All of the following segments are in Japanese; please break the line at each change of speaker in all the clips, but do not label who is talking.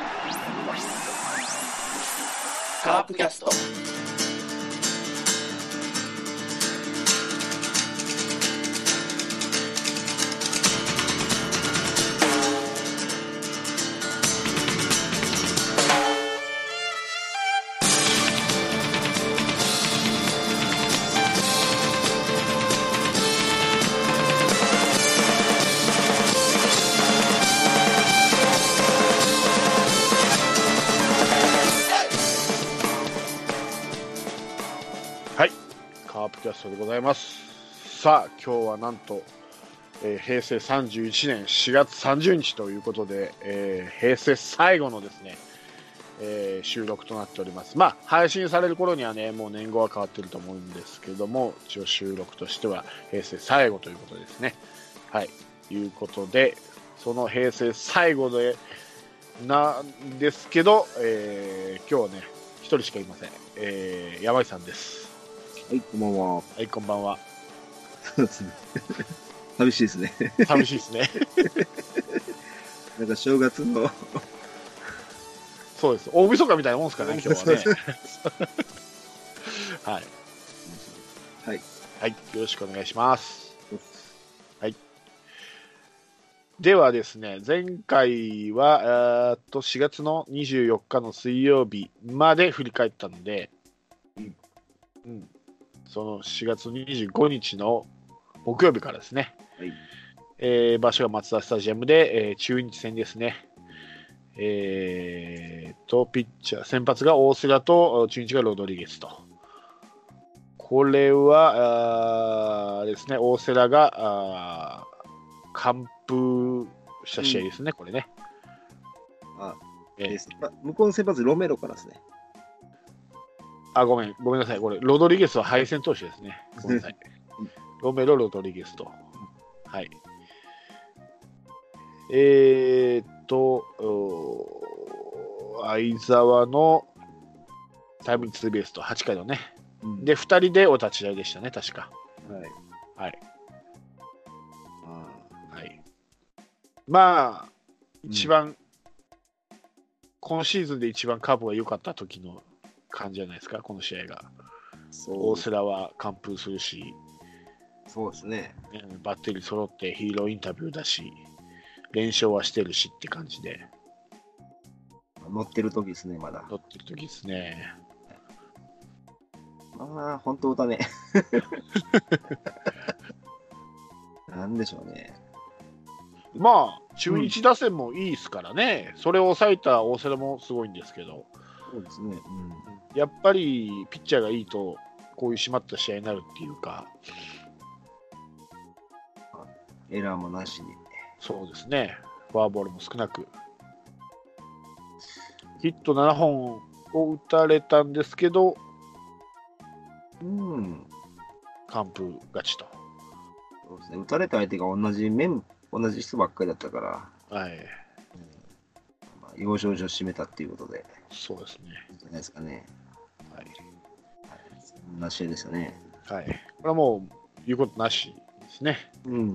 カープキャスト。
カープキャストでございます。さあ今日はなんと、平成31年4月30日ということで、平成最後のですね、収録となっております。まあ配信される頃にはねもう年号は変わってると思うんですけども、一応収録としては平成最後ということですね。はい、いうことでその平成最後でなんですけど、今日はね一人しかいません。山井さんです。
はい、こんばんは。
はい、こんばんは。
そうですね。寂しいですね。
寂しいですね。
なんか正月の
そうです。大晦日みたいなもんですかね、今日はね。はい。
はい。
はい、よろしくお願いします。はい。ではですね、前回は4月の24日の水曜日まで振り返ったので、その4月25日の木曜日からですね、はい場所はマツダスタジアムで、中日戦ですね。ピッチャー先発が大瀬良と中日がロドリゲスと。これはですね、大瀬良が完封した試合ですね、これね。
向こうの先発ロメロからですね。
ごめんなさい、これロドリゲスは敗戦投手ですね。ごめんなさい。ロメロ、ロドリゲスと。はい。相澤のタイムリーツーベースと8回のね、で2人でお立ち会いでしたね、確か。はい。まあ一番、今シーズンで一番カープが良かった時の感じじゃないですか、この試合が。大瀬良は完封するし、
そうですね。
バッテリー揃ってヒーローインタビューだし、連勝はしてるしって感じで。
乗ってる時ですね、まだ。
乗ってる時ですね。
まあ、本当だね。なんでしょうね。
まあ、中日打線もいいですからね、それを抑えた大瀬良もすごいんですけど、
そうですね。
やっぱりピッチャーがいいと、こういう締まった試合になるっていうか、
エラーもなしに。
そうですね、フォアボールも少なく、ヒット7本を打たれたんですけど、完封勝ちと。
そうですね、打たれた相手が同じ人ばっかりだったから、
はい。
要所を締めたっていうことで、
そうですね。
いいんじゃないですかね。
はい。
そんな試合ですよね。
はい。これはもう言うことなしですね。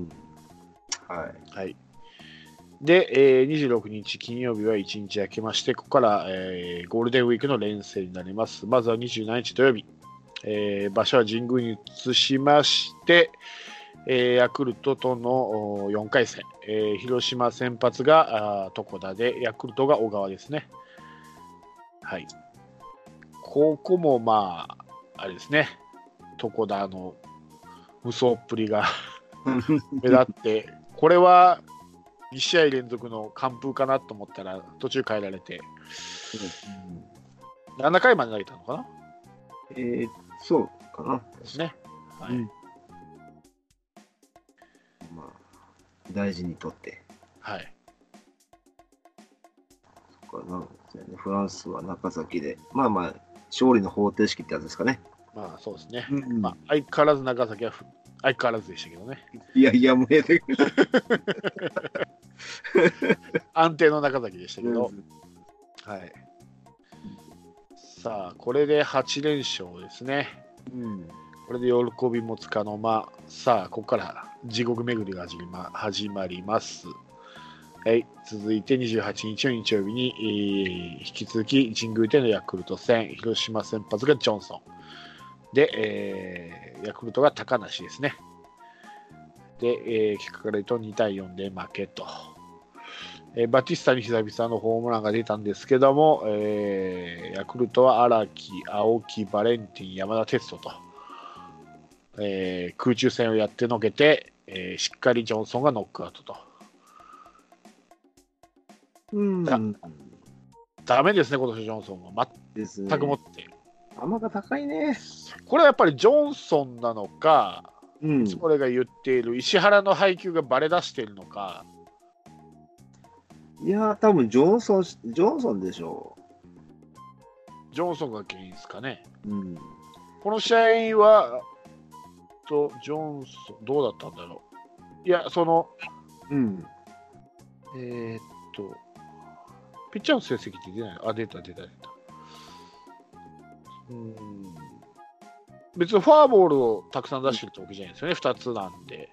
はい。
で、26日金曜日は1日明けまして、ここから、ゴールデンウィークの連戦になります。まずは27日土曜日、場所は神宮に移しまして、ヤクルトとの4回戦、広島先発が床田で、ヤクルトが小川ですね。はい。ここもまああれですね、床田の無双っぷりが目立って、これは2試合連続の完封かなと思ったら途中変えられて、7回まで投げたのかな。
そうかな。
ですね。はい。
まあ、大事にとって。
はい。
そっかなんですよね。フランスは中崎で、まあまあ、勝利の方程式ってやつですかね。
まあそうですね。まあ相変わらず長崎は相変わらずでしたけどね。
いや、もうやで
安定の中崎でしたけど、はい。さあこれで8連勝ですね。これで喜びもつかの間。さあここから地獄巡りが始まります。 はい、続いて28日の日曜日に、引き続き神宮でのヤクルト戦、広島先発がジョンソンで、ヤクルトが高梨ですね。で、結果から言うと2対4で負けと。バティスタに久々のホームランが出たんですけども、ヤクルトは荒木、青木、バレンティン、山田哲人と、空中戦をやってのけて、しっかりジョンソンがノックアウトと。ダメですね、今年ジョンソンは。全くもって。
球が高いね。
これはやっぱりジョンソンなのか、いつも俺が言っている石原の配球がバレ出しているのか。
いやー、多分ジョンソンでしょ
う。ジョンソンが原因ですかね。この試合は、ジョンソン、どうだったんだろう。いや、ピッチャーの成績って出ない。出た。別にフォアボールをたくさん出してるってわけじゃないですよね、2つなんで。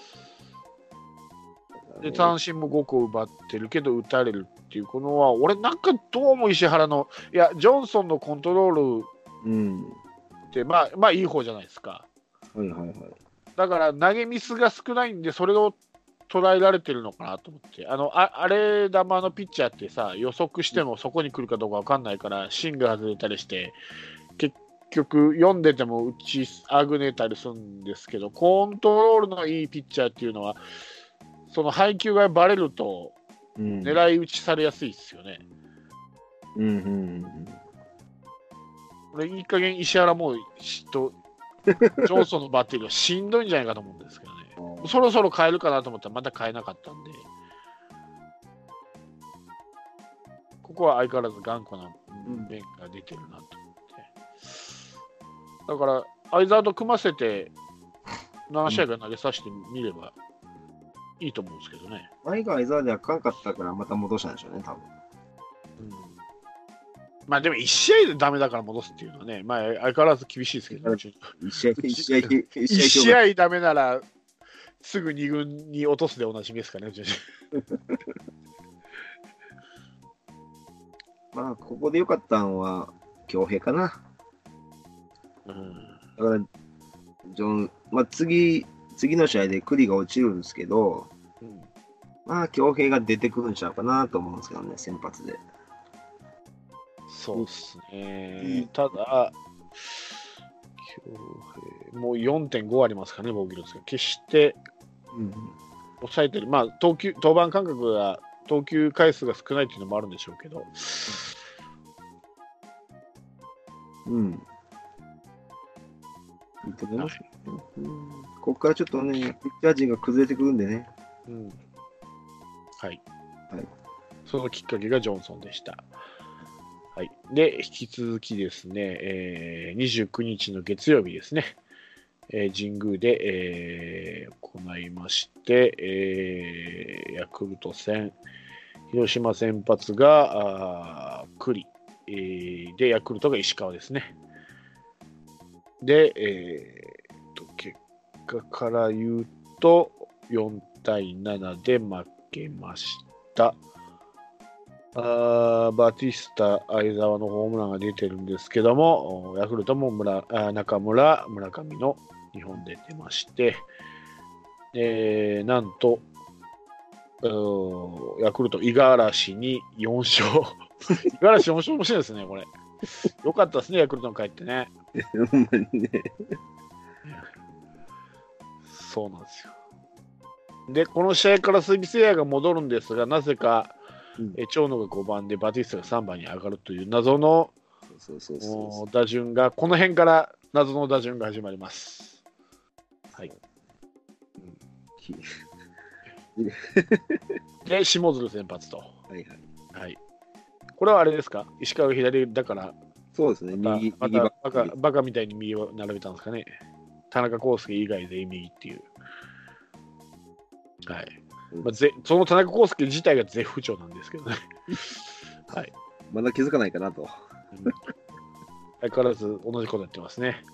で、三振も5個奪ってるけど、打たれるっていう、このは、俺なんかどうも石原の、いや、ジョンソンのコントロールって、まあいい方じゃないですか。だから、投げミスが少ないんで、それを捉えられてるのかなと思って、あれ球のピッチャーってさ、予測してもそこに来るかどうか分かんないから、芯が外れたりして、結局、読んでても打ちあぐねたりするんですけど、コントロールのいいピッチャーっていうのは、その配球がバレると、狙い撃ちされやすいですよね。これ、いい加減石原もジョンソンのバッテリーがしんどいんじゃないかと思うんですけどね。そろそろ変えるかなと思ったらまだ変えなかったんで、ここは相変わらず頑固な面が出てるなと思って、だから相澤と組ませて7試合が投げさせてみればいいと思うんですけどね。
前が相澤であかんかったからまた戻したんでしょうね、多分。
まあでも1試合でダメだから戻すっていうのはね、まあ相変わらず厳しいですけど、1試合ダメならすぐ2軍に落とすでおなじみですかね。
まあここで良かったのは恭平かな。だから次の試合で栗が落ちるんですけど、まあ恭平が出てくるんちゃうかなと思うんですけどね、先発で。
そうですね。ただ、もう 4.5 ありますかね、防御率が。決して抑えてる。まあ、登板間隔が、投球回数が少ないっていうのもあるんでしょうけど。
いいと思います。ここからちょっとね、ピッチャー陣が崩れてくるんでね。
はい。そのきっかけがジョンソンでした。はい、で、引き続きですね、29日の月曜日ですね、神宮で、行いまして、ヤクルト戦、広島先発が栗、で、ヤクルトが石川ですね。で、結果から言うと、4対7で負けました。バティスタ、相澤のホームランが出てるんですけども、ヤクルトも中村、村上の2本で出まして、なんと、ヤクルト、五十嵐に4勝。五十嵐4勝もしてるんですね、これ。よかったですね、ヤクルトの帰ってね。
ほんまにね。
そうなんですよ。で、この試合から鈴木誠也が戻るんですが、なぜか、長野が5番でバティスタが3番に上がるという謎の打順が、この辺から謎の打順が始まります。はい。で、下鶴先発と。はい。これはあれですか、石川が左だから、
そうですね、
右バカみたいに右を並べたんですかね。田中康介以外で右っていう。はい。その田中康介自体が絶不調なんですけどね。はい。
まだ気づかないかなと。
相変わらず同じことやってますね。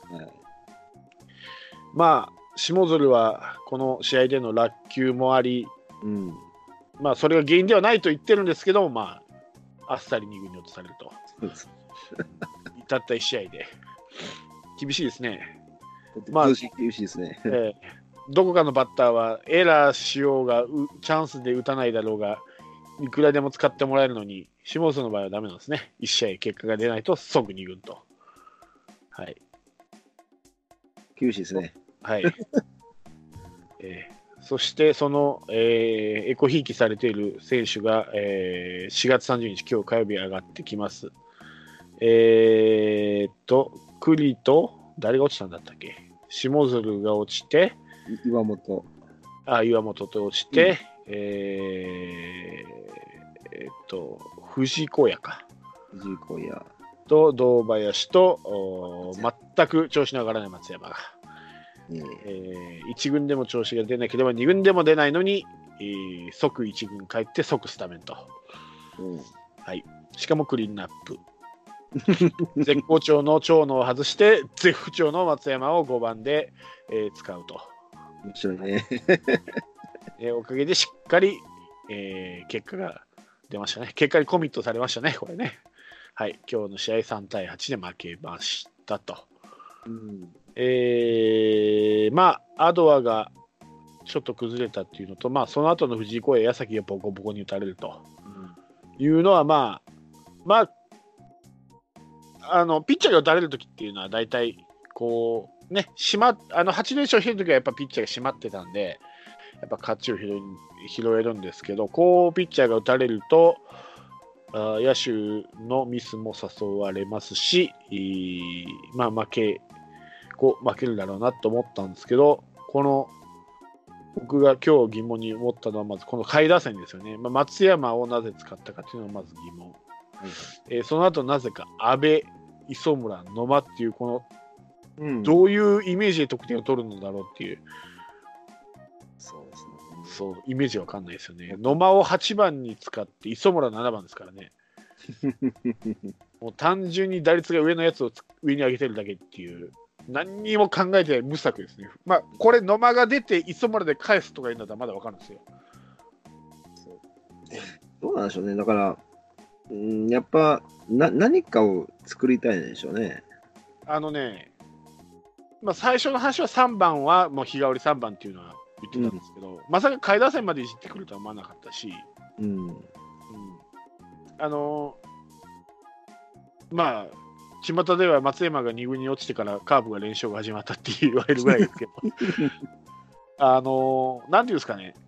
まあ、下鶴はこの試合での落球もあり、 まあ、それが原因ではないと言ってるんですけども、まあ、あっさり2軍に落とされると。たった1試合で。厳しいですね。
まあ、厳しいですね。
どこかのバッターはエラーしようが、チャンスで打たないだろうが、いくらでも使ってもらえるのに、下津の場合はダメなんですね。1試合結果が出ないと即2軍と。はい。
厳しいですね。
はい。そして、その、エコひいきされている選手が、4月30日、今日火曜日上がってきます。栗と、誰が落ちたんだったっけ？下鶴が落ちて、
岩本
と落ちて、藤子屋か。
藤子屋
と堂林と全く調子の上がらない松山が、1軍でも調子が出なければ2軍でも出ないのに、即1軍帰って即スタメンと、はい、しかもクリーンナップ絶好調の長野を外して絶不調の松山を5番で、使うと。
面白いね。
おかげでしっかり、結果が出ましたね。結果にコミットされましたね、これね。はい、今日の試合3対8で負けましたと。まあ、アドアがちょっと崩れたっていうのと、まあ、その後の藤井耕也、矢崎がボコボコに打たれるというのは、まあ、ピッチャーが打たれるときっていうのは、大体、こう、ね、8連勝してるときはやっぱピッチャーが締まってたんで、やっぱ勝ちを拾えるんですけど、こう、ピッチャーが打たれると、野手のミスも誘われますし、まあ負けるだろうなと思ったんですけど、僕が今日疑問に思ったのは、まずこの下位打線ですよね。松山をなぜ使ったかっていうのがまず疑問。その後なぜか阿部、磯村、野間っていうこの、どういうイメージで得点を取るのだろうっていう、そうイメージわかんないですよね。野間を8番に使って磯村7番ですからね。もう単純に打率が上のやつを上に上げてるだけっていう、何にも考えてない無策ですね。まあこれ野間が出て磯村で返すとか言うんだったらまだわかるんですよ。
どうなんでしょうね。だからやっぱ何かを作りたいんでしょうね。
まあ、最初の話は3番はもう日替わり3番っていうのは言ってたんですけど、まさか下位打線までいじってくるとは思わなかったし、まあ巷では松山が2軍に落ちてからカープが連勝が始まったって言われるぐらいですけどなんていうんですかね、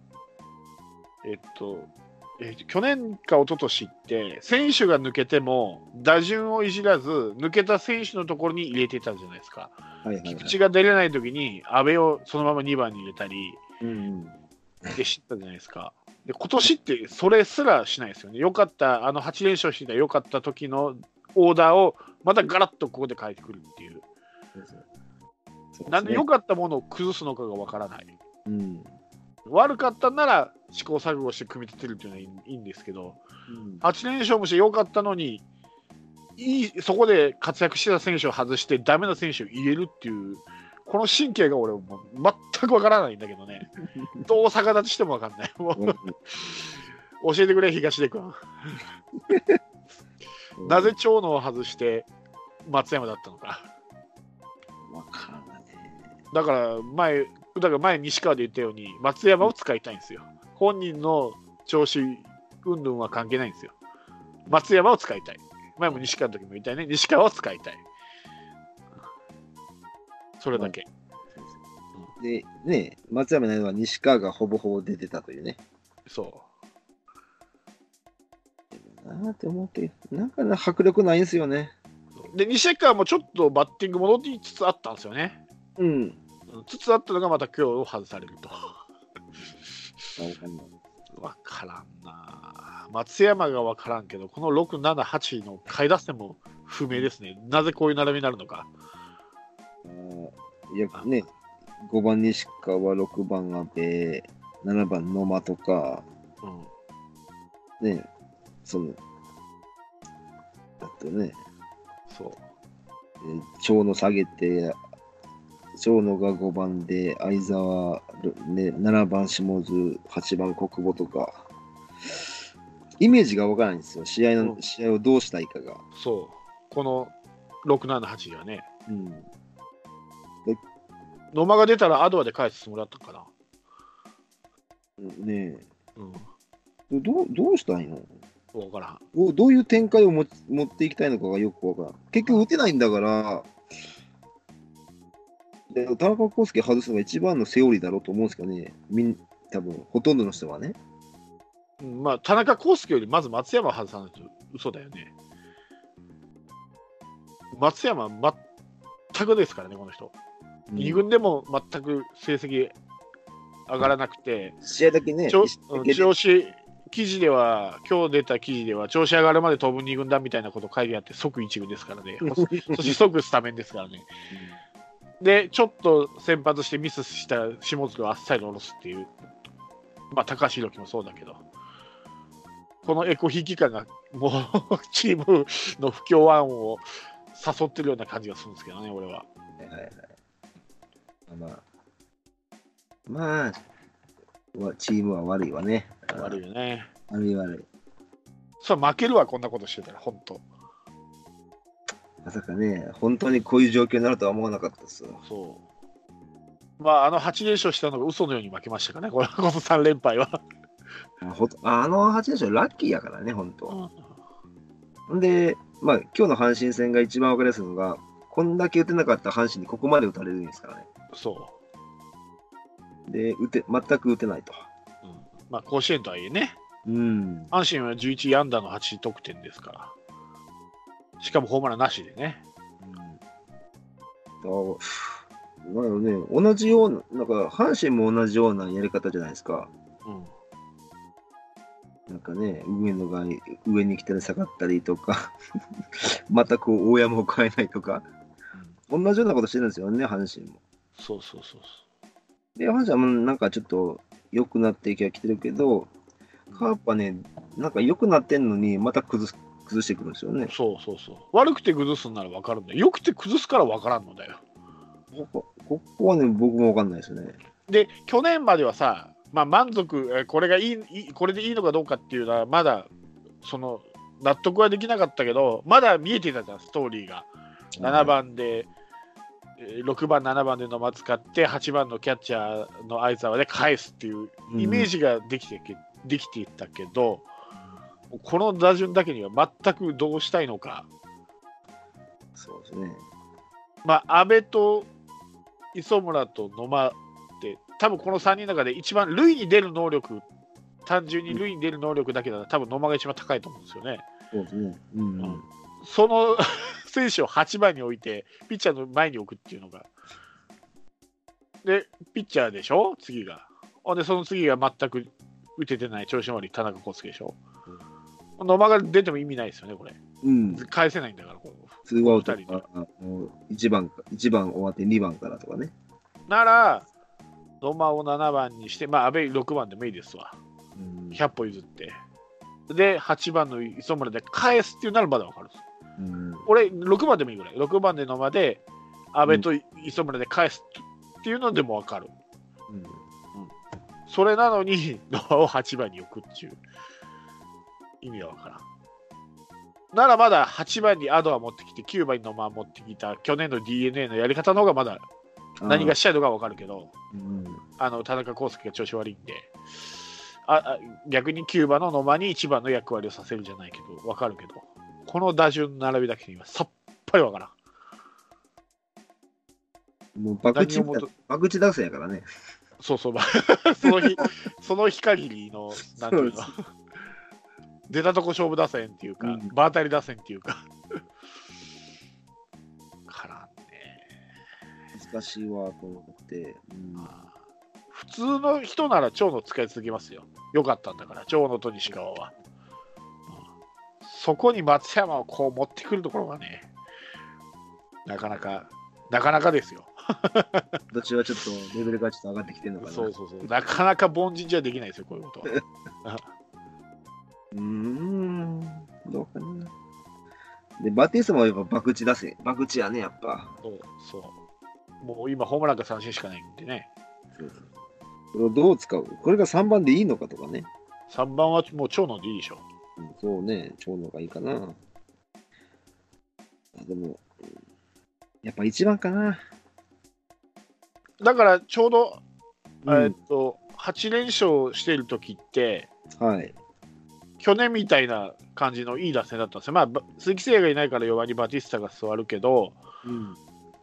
去年か一昨年って選手が抜けても打順をいじらず抜けた選手のところに入れてたじゃないですか。菊池が出れない時に阿部をそのまま2番に入れたりで知ったじゃないですか。で今年ってそれすらしないですよね。よかった8連勝してたよかった時のオーダーをまたガラッとここで変えてくるっていう。なんで良かったものを崩すのかがわからない。悪かったなら試行錯誤して組み立てるっていうのはいいんですけど、8連勝もして良かったのにそこで活躍してた選手を外してダメな選手を入れるっていうこの神経が俺も全くわからないんだけどね。どう逆立ちしてもわかんない。教えてくれ東出君。なぜ長野を外して松山だったのか。
わからない。
だから前西川で言ったように松山を使いたいんですよ。本人の調子云々は関係ないんですよ。松山を使いたい。前も西川の時も言ったよね。西川を使いたい。それだけ。
でね、松山ののは西川がほぼほぼ出てたというね。
そう。
なーって思って、なんか迫力ないんですよね。
で西川もちょっとバッティング戻りつつあったんですよね。つつあったのがまた今日外されると。わからんな。松山がわからんけど、この6、7、8の下位打線も不明ですね。なぜこういう並びになるのか。
いやね、5番西川、6番阿部、7番野間とか、ね、あとね、長野下げて、長野が5番で、相澤、ね、7番下津、8番国母とか、 イメージがわからないんですよ。試合をどうしたいかが。
そう。この6、7、8ではね。
うん。
野間が出たらアドアで返すつもりだったかな。
ね
え。
どうしたいの？
わからん。
どういう展開を持っていきたいのかがよくわからん。結局打てないんだから、で田中康介外すのが一番のセオリーだろうと思うんですけどね。多分ほとんどの人はね。
まあ、田中康介よりまず松山を外さないと嘘だよね。松山は全くですからね、この人。2軍でも全く成績上がらなくて、
試合だけね、
調子記事では、今日出た記事では、調子上がるまで飛ぶ2軍だみたいなこと書いてあって、即1軍ですからね、そして即スタメンですからね。で、ちょっと先発してミスした下津をあっさり下ろすっていう、まあ、高橋宏樹もそうだけど、このエコひき感が、もうチームの不協和音を誘ってるような感じがするんですけどね、俺は。
まあ、チームは悪いわね。
悪いよね。
悪い。
そう、負けるわ、こんなことしてたら、本当。
まさかね、本当にこういう状況になるとは思わなかったですよ。
そう。まあ、8連勝したのが嘘のように負けましたかね、この3連敗は。
8連勝、ラッキーやからね、本当。で、まあ、今日の阪神戦が一番分かりやすいのが、こんだけ打てなかった阪神にここまで打たれるんですからね。
そう。
で、全く打てないと。
まあ、甲子園とはいえね。
阪
神は11安打の8得点ですから。しかもホームランなしでね。
なんやろね、同じような、なんか阪神も同じようなやり方じゃないですか。なんかね、上野が上に来たり下がったりとか、またこう大山を変えないとか、同じようなことしてるんですよね、阪神も。
そう。
で、阪神はなんかちょっと良くなっていきはきてるけど、カープはね、なんか良くなってんのに、また崩してくるんですよね。
そう。悪くて崩すんなら分かるんだよ。良くて崩すから分からんのだよ。
ここはね、僕も分かんないですね。
で、去年まではさ、まあ、満足、これでいいのかどうかっていうのは、まだ納得はできなかったけど、まだ見えてたじゃん、ストーリーが。7番で、6番、7番で野間使って、8番のキャッチャーの相澤で返すっていうイメージができていったけど、この打順だけには全くどうしたいのか。
そうですね。
まあ、阿部と磯村と野間って、多分この3人の中で一番塁に出る能力、単純に塁に出る能力だけだと、多分野間が一番高いと思うんですよね。
そうですね。
その選手を8番に置いて、ピッチャーの前に置くっていうのが。で、ピッチャーでしょ、次が。で、その次が全く打ててない調子の悪い田中康介でしょ。野間が出ても意味ないですよね、これ。返せないんだから、
ツーアウトから1番終わって2番からとかね。
なら、野間を7番にして、まあ、阿部6番でもいいですわ。100歩譲って。で、8番の磯村で返すっていうならまだ分かるんです。俺、6番でもいいぐらい。6番で野間で、阿部と磯村で返すっていうのでも分かる。それなのに、野間を8番に置くっていう意味は分からん。ならまだ8番にアドア持ってきて、9番に野間持ってきた、去年の DNA のやり方の方がまだ何がしたいのか分かるけど、田中康介が調子悪いんで、逆に9番の野間に1番の役割をさせるじゃないけど、分かるけど、この打順並びだけにはさっぱり分からん。
もう博打打線やからね。
そう、その日限りの、なんていうの、出たとこ勝負打線っていうか、場当たり打線っていうか。からんね。
難しいわと思って。
普通の人なら長野使い続けますよ。よかったんだから、長野と西川は。そこに松山をこう持ってくるところがね、なかなかですよ。
どっちはちょっとレベルがちょっと上がってきてるのかな。
そう。なかなか凡人じゃできないですよ、こういうことは。
どうかな。で、バティスタもやっぱ博打やね、やっぱ。
そう。もう今、ホームランか三振しかないんでね。
これをどう使う？これが3番でいいのかとかね。
3番はもう長野でいいでしょ。
そうね、長野がいいかな。でも、やっぱ1番かな。
だからちょうど、
うん
8連勝してる時って、
はい。
去年みたいな感じのいい打線だったんですよ。まあ、鈴木誠也がいないから4番にバティスタが座るけど、
うん。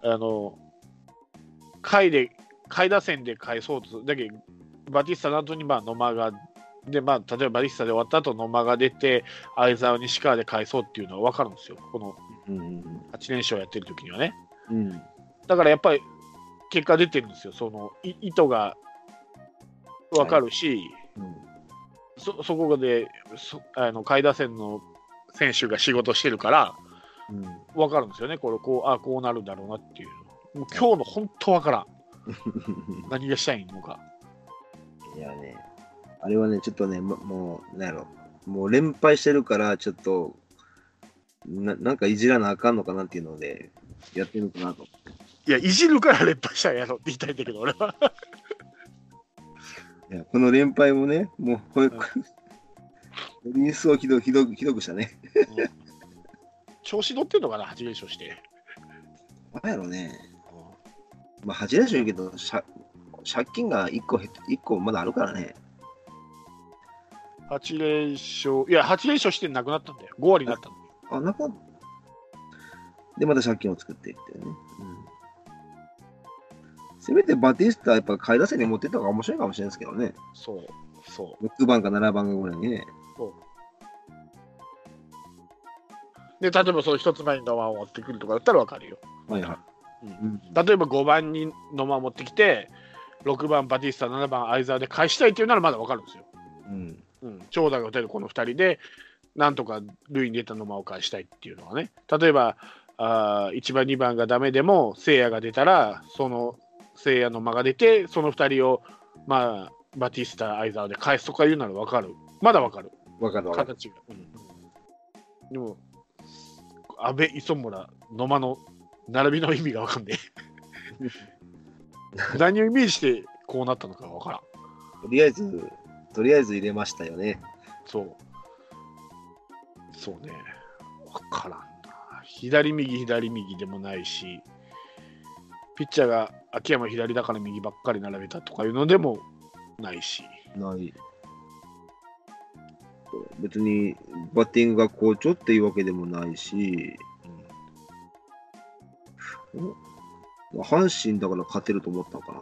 下位打線で返そうと、だけどバティスタの後にまあ野間が、でまあ、例えばバティスタで終わった後野間が出て、相澤、西川で返そうっていうのは分かるんですよ、この8連勝やってる時にはね。
うん。
だからやっぱり結果出てるんですよ、その意図が分かるし、そこで下位打線の選手が仕事してるから分かるんですよね、こうなるんだろうなっていう。もう今日の本当分からん。何がしたいのか。
いやね、あれはね、ちょっとね、もう、なんやろ、もう連敗してるから、ちょっと、なんかいじらなあかんのかなっていうので、やってるのかなと。
いや、いじるから連敗したんやろって言いたいんだけど、俺は。
いや、この連敗もね、もう、これ、リースをひどくしたね。
調子乗ってんのかな、8連勝して。
なんやろね。まあ、8連勝やけど、借金が1個まだあるからね。
8連勝、いや、8連勝してなくなったんだよ。5割になったんだよ。
あ、なんか、で、また借金を作っていってね。せめてバティスタ、やっぱ下位打線に持ってった方が面白いかもしれないですけどね。
そう。
6番か7番ぐらいにね。
で、例えばその一つ前に野間を持ってくるとかだったら分かるよ。
はいはい。
例えば5番に野間を持ってきて、6番バティスタ、7番相澤で返したいっていうならまだ分かるんですよ。長打が打てるこの2人で、なんとか塁に出た野間を返したいっていうのはね。例えば、1番、2番がダメでも、聖夜が出たら、その聖夜の間が出て、その2人を、まあ、バティスタ、相澤で返すとかいうなら分かる。まだ分かる。形が。でも、阿部、磯村、野間の並びの意味が分かんねえ。何をイメージしてこうなったのか分からん。
とりあえず入れましたよね。
そうね。分からんな。左右でもないし、ピッチャーが秋山左だから右ばっかり並べたとかいうのでもないし。
ない。別にバッティングが好調っていうわけでもないし、阪神だから勝てると思ったのか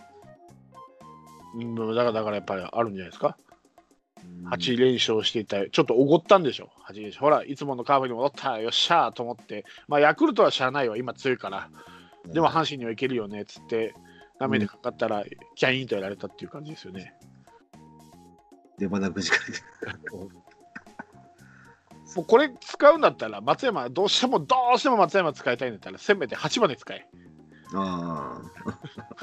な。
だからやっぱりあるんじゃないですか。8連勝していた、ちょっとおごったんでしょ、8連勝。ほら、いつものカーブに戻った、よっしゃーと思って、まあ、ヤクルトはしゃあないわ、今強いから、でも阪神にはいけるよねっつって、なめでかかったら、キャインとやられたっていう感じですよね。
で、まだくじかれて。
もうこれ使うんだったら、松山、どうしても松山使いたいんだったら、せめて8まで使え。
ああ。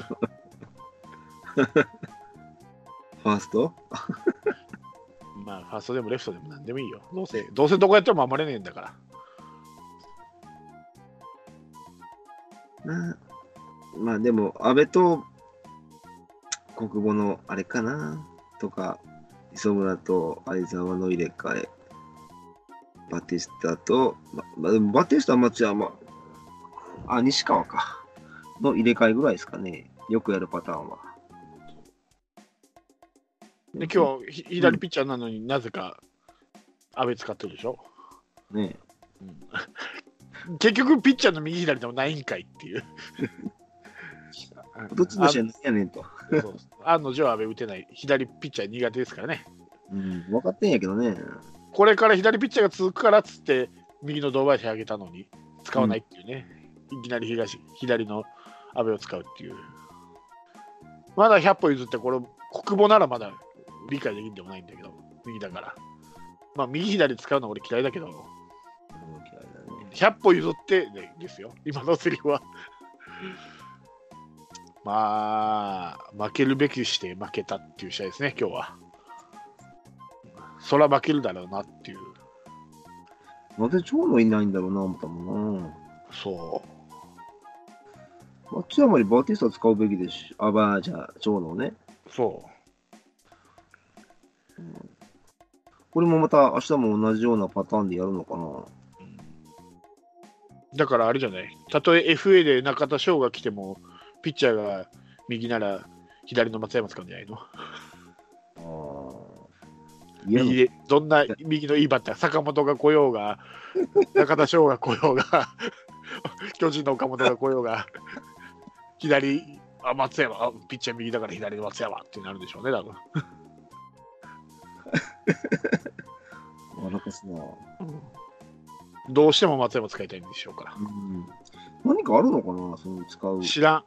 ファースト
まあ、ファーストでもレフトでもなんでもいいよ。どうせどこやっても守れねえんだから。
まあでも、阿部と国母のあれかなとか、磯村と相澤の入れ替え、バティスタと、でもバティスタは松山、西川か、の入れ替えぐらいですかね。よくやるパターンは。
で今日左ピッチャーなのになぜか阿部使ってるでしょ。
ね
結局ピッチャーの右左でもないんかいっていう。
どっちの試合なんやねんと。
案の定阿部打てない、左ピッチャー苦手ですからね。
分かってんやけどね。
これから左ピッチャーが続くからっつって右の堂林上げたのに使わないっていうね。いきなり左の阿部を使うっていう。まだ100歩譲ってこれ国母ならまだ理解できんでもないんだけど、右だから。まあ右左使うの俺嫌いだけど、100歩譲ってですよ、今のセリフは。まあ、負けるべきして負けたっていう試合ですね、今日は。そら負けるだろうなっていう。
なんで長野いないんだろうな、思ったもんな。
そう。
松山にバティスタ使うべきですし、じゃあ長野ね。
そう。
これもまた明日も同じようなパターンでやるのかな。
だからあれじゃない、たとえ FA で中田翔が来ても、ピッチャーが右なら左の松山使うんじゃないの？右でどんな右のいいバッター、坂本が来ようが、中田翔が来ようが、巨人の岡本が来ようが、左、松山、ピッチャー右だから左の松山ってなるでしょうね、多分。
笑かすな。
どうしても松山使いたいんでしょうから。
何かあるのかな、その使う。
知らん。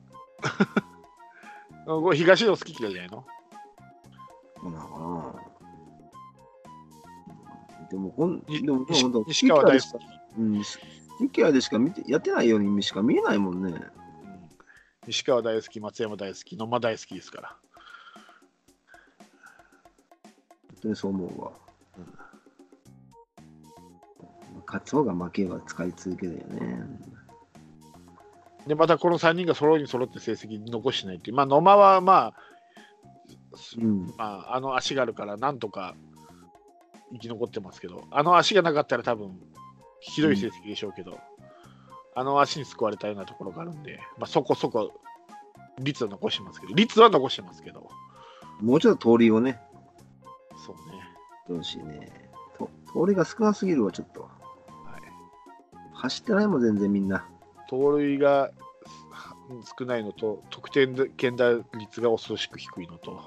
これ東野好き嫌いじゃないの？
そうなのかな。でも
西川大好き。
スティキャーでしかやってないようにしか見えないもんね。
西川大好き、松山大好き、野間大好きですから。
本当にそう思うわ。勝つ方が負けは使い続けるよね。
で、またこの3人が揃って成績残してないっていう。野間はあの足があるからなんとか生き残ってますけど、あの足がなかったら多分ひどい成績でしょうけど、あの足に救われたようなところがあるんで、そこそこ率は残してますけど、
もうちょっと通りをね、
そうね。
どうしね。通りが少なすぎるわ、ちょっと。走ってないもん、全然みんな。
盗塁が少ないのと、得点圏打率が恐ろしく低いのと。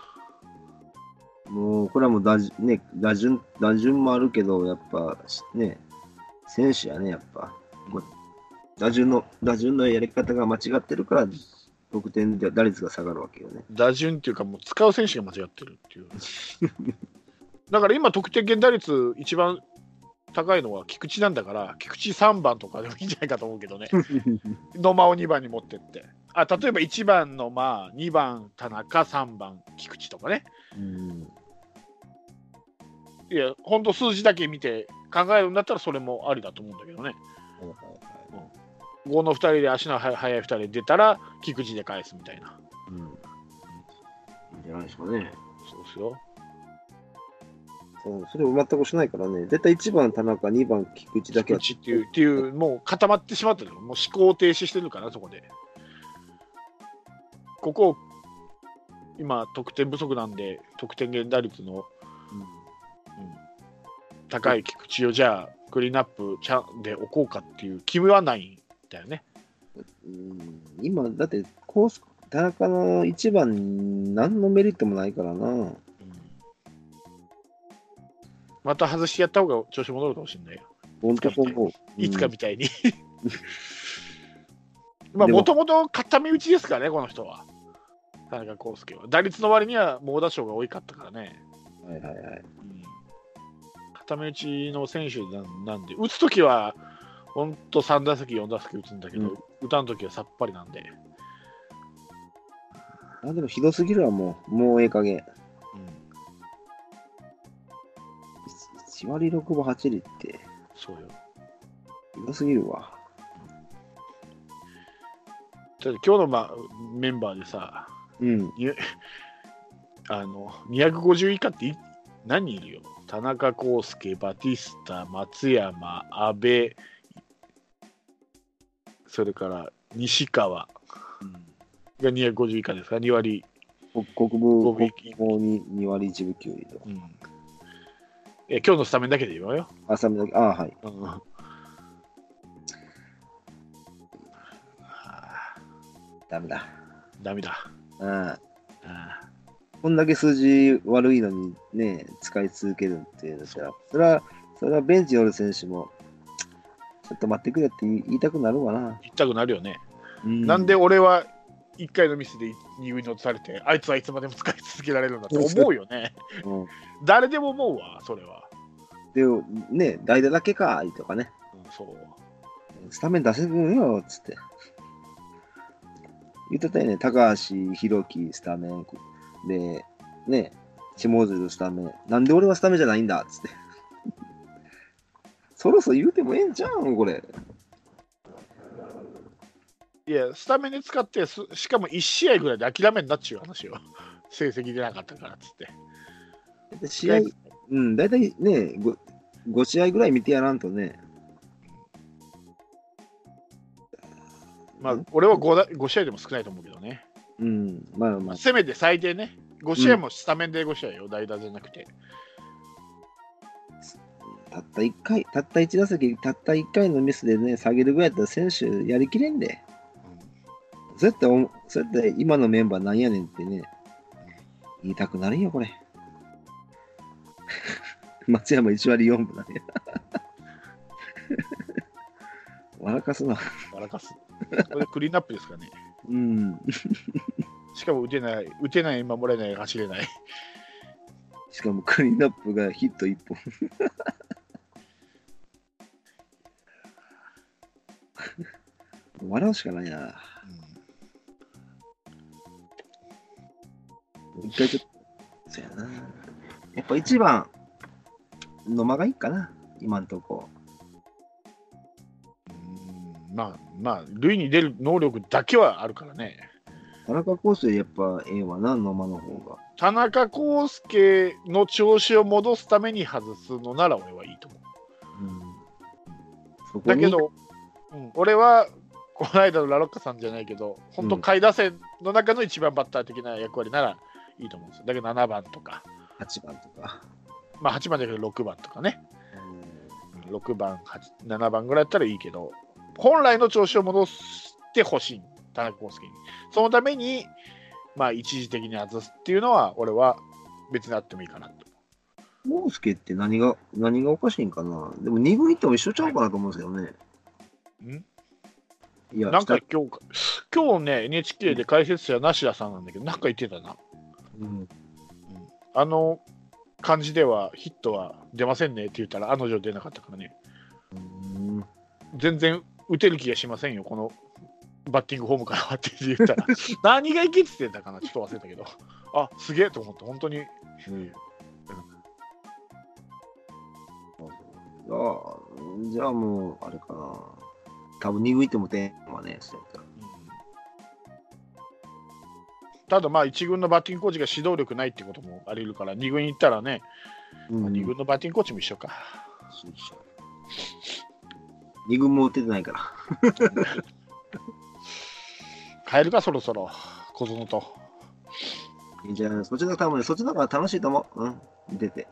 もう、これはもう打順もあるけど、やっぱね、選手やね、やっぱ。打順のやり方が間違ってるから、得点打率が下がるわけよね。
打順っていうか、もう使う選手が間違ってるっていう。だから今、得点圏打率一番高いのは菊池なんだから、菊池3番とかでもいいんじゃないかと思うけどね。野間を2番に持ってって。例えば1番野間、2番田中、3番菊池とかね。いや、ほんと数字だけ見て考えるんだったらそれもありだと思うんだけどね。5の2人で足の速い2人で出たら菊池で返すみたいな。
いいんじゃないですかね。
そうですよ。
それを全くしないからね。絶対1番田中、2番菊池だけ
菊池っていうもう固まってしまってる。もう思考停止してるから、そこで。ここ今得点不足なんで、得点圏打率の、高い菊池をじゃあクリーンアップで置こうかっていう気はないんだよね。
今だって田中の1番何のメリットもないからな。
また外してやった方が調子戻るかもしれないよ。いつかみたいに。もともと固め打ちですからね、この人は。田中康介は。打率の割には猛打賞が多かったからね。固め打ちの選手なんで、打つときはほんと3打席、4打席打つんだけど、打たんときはさっぱりなんで。
でもひどすぎるわ、もうええ加減。1割6分8厘って。
そうよ。
ひどすぎるわ。
今日のメンバーでさ、250以下って何人いるよ。田中康介、バティスタ、松山、阿部、それから西川が250以下ですか、2割。
国分に2割1分9厘と。
今日のスタメンだけで言うわよ。
スタメンだけ、はい。ダメだ。こんだけ数字悪いのにね、使い続けるっていうのは、それはベンチにおる選手も、ちょっと待ってくれって言いたくなるわな。
言いたくなるよね。なんで俺は1回のミスで2軍に落とされて、あいつはいつまでも使い続けられるんだって思うよね。誰でも思うわ、それは。
でね、代打だけかとかね。スタメン出せるよっつって。言ってたよね、高橋宏樹スタメンで、ね、下鶴スタメン。なんで俺はスタメンじゃないんだっつって。そろそろ言うてもええんちゃうんこれ。
いや、スタメンで使って、しかも1試合ぐらいで諦めになっちゃう話よ。成績出なかったからっつって。
試合だいたいね、5試合ぐらい見てやらんとね。
まあ、俺は 5試合でも少ないと思うけどね。
まあまあ。
せめて最低ね。5試合もスタメンで5試合よ、代打じゃなくて。
たった1回、たった1打席、たった1回のミスでね、下げるぐらいだったら選手やりきれんで。そうやって今のメンバーなんやねんってね、言いたくなるよ、これ。松山1割4分なんや。笑かすな。
笑かす。これクリーンアップですかね。
うん。
しかも打てない、守れない、走れない。
しかもクリーンアップがヒット1本。笑うしかないな。一回ちょっと、そうやな。やっぱ1番、野間がいいかな、今んとこ。
まあ、塁に出る能力だけはあるからね。
田中康生やっぱええわな、野間の方が。
田中康介の調子を戻すために外すのなら俺はいいと思う。だけど、俺はこの間のラロッカさんじゃないけど、本当下位打線の中の一番バッター的な役割ならいいと思うんですよ。だけど7番とか。
8番とか。
まあ8番だけど6番とかね。6番、7番ぐらいだったらいいけど、本来の調子を戻してほしい、田中康介に。そのために、まあ一時的に外すっていうのは、俺は別にあってもいいかなと。
康介って何がおかしいんかな。でも2軍行っても一緒ちゃうかなと思うんですけどね。いや、
なんか今日ね、NHK で解説者梨田さんなんだけど、なんか言ってたな。あの感じではヒットは出ませんねって言ったら、あの女出なかったからね。全然打てる気がしませんよ、このバッティングフォームからはって言ったら、何がいけって言ってたかな、ちょっと忘れたけど、あ、すげえと思って、本当に。
じゃあもう、あれかな。多分2軍行っても点はね、
ただまあ1軍のバッティングコーチが指導力ないってこともあり得るから、2軍行ったらね、2軍のバッティングコーチも一緒か。
2軍も打ててないから。
変えるか、そろそろ、小園と。
じゃあ、そっちの方が楽しいと思う。出て。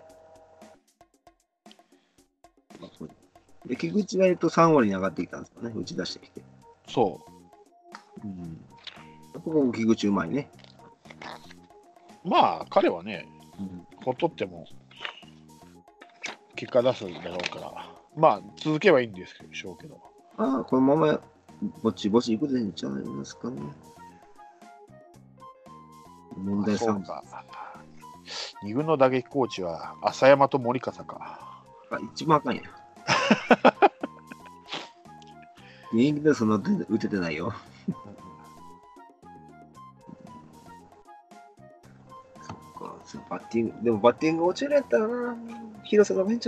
で、菊池がいると3割に上がってきたんですよね、打ち出してきて。
そう。
ここ、菊池うまいね。
まあ、彼はね、ほっとっても結果出すだろうから、まあ、続けばいいんでしょうけど。
このままぼちぼちいくでんちゃいますかね。問題
そうか。2軍の打撃コーチは浅山と森笠か。
一番あかんや。現役でそんな打ててないよ。そっか、バッティング、でもバッティング落ちるやったらな、広さがベンチ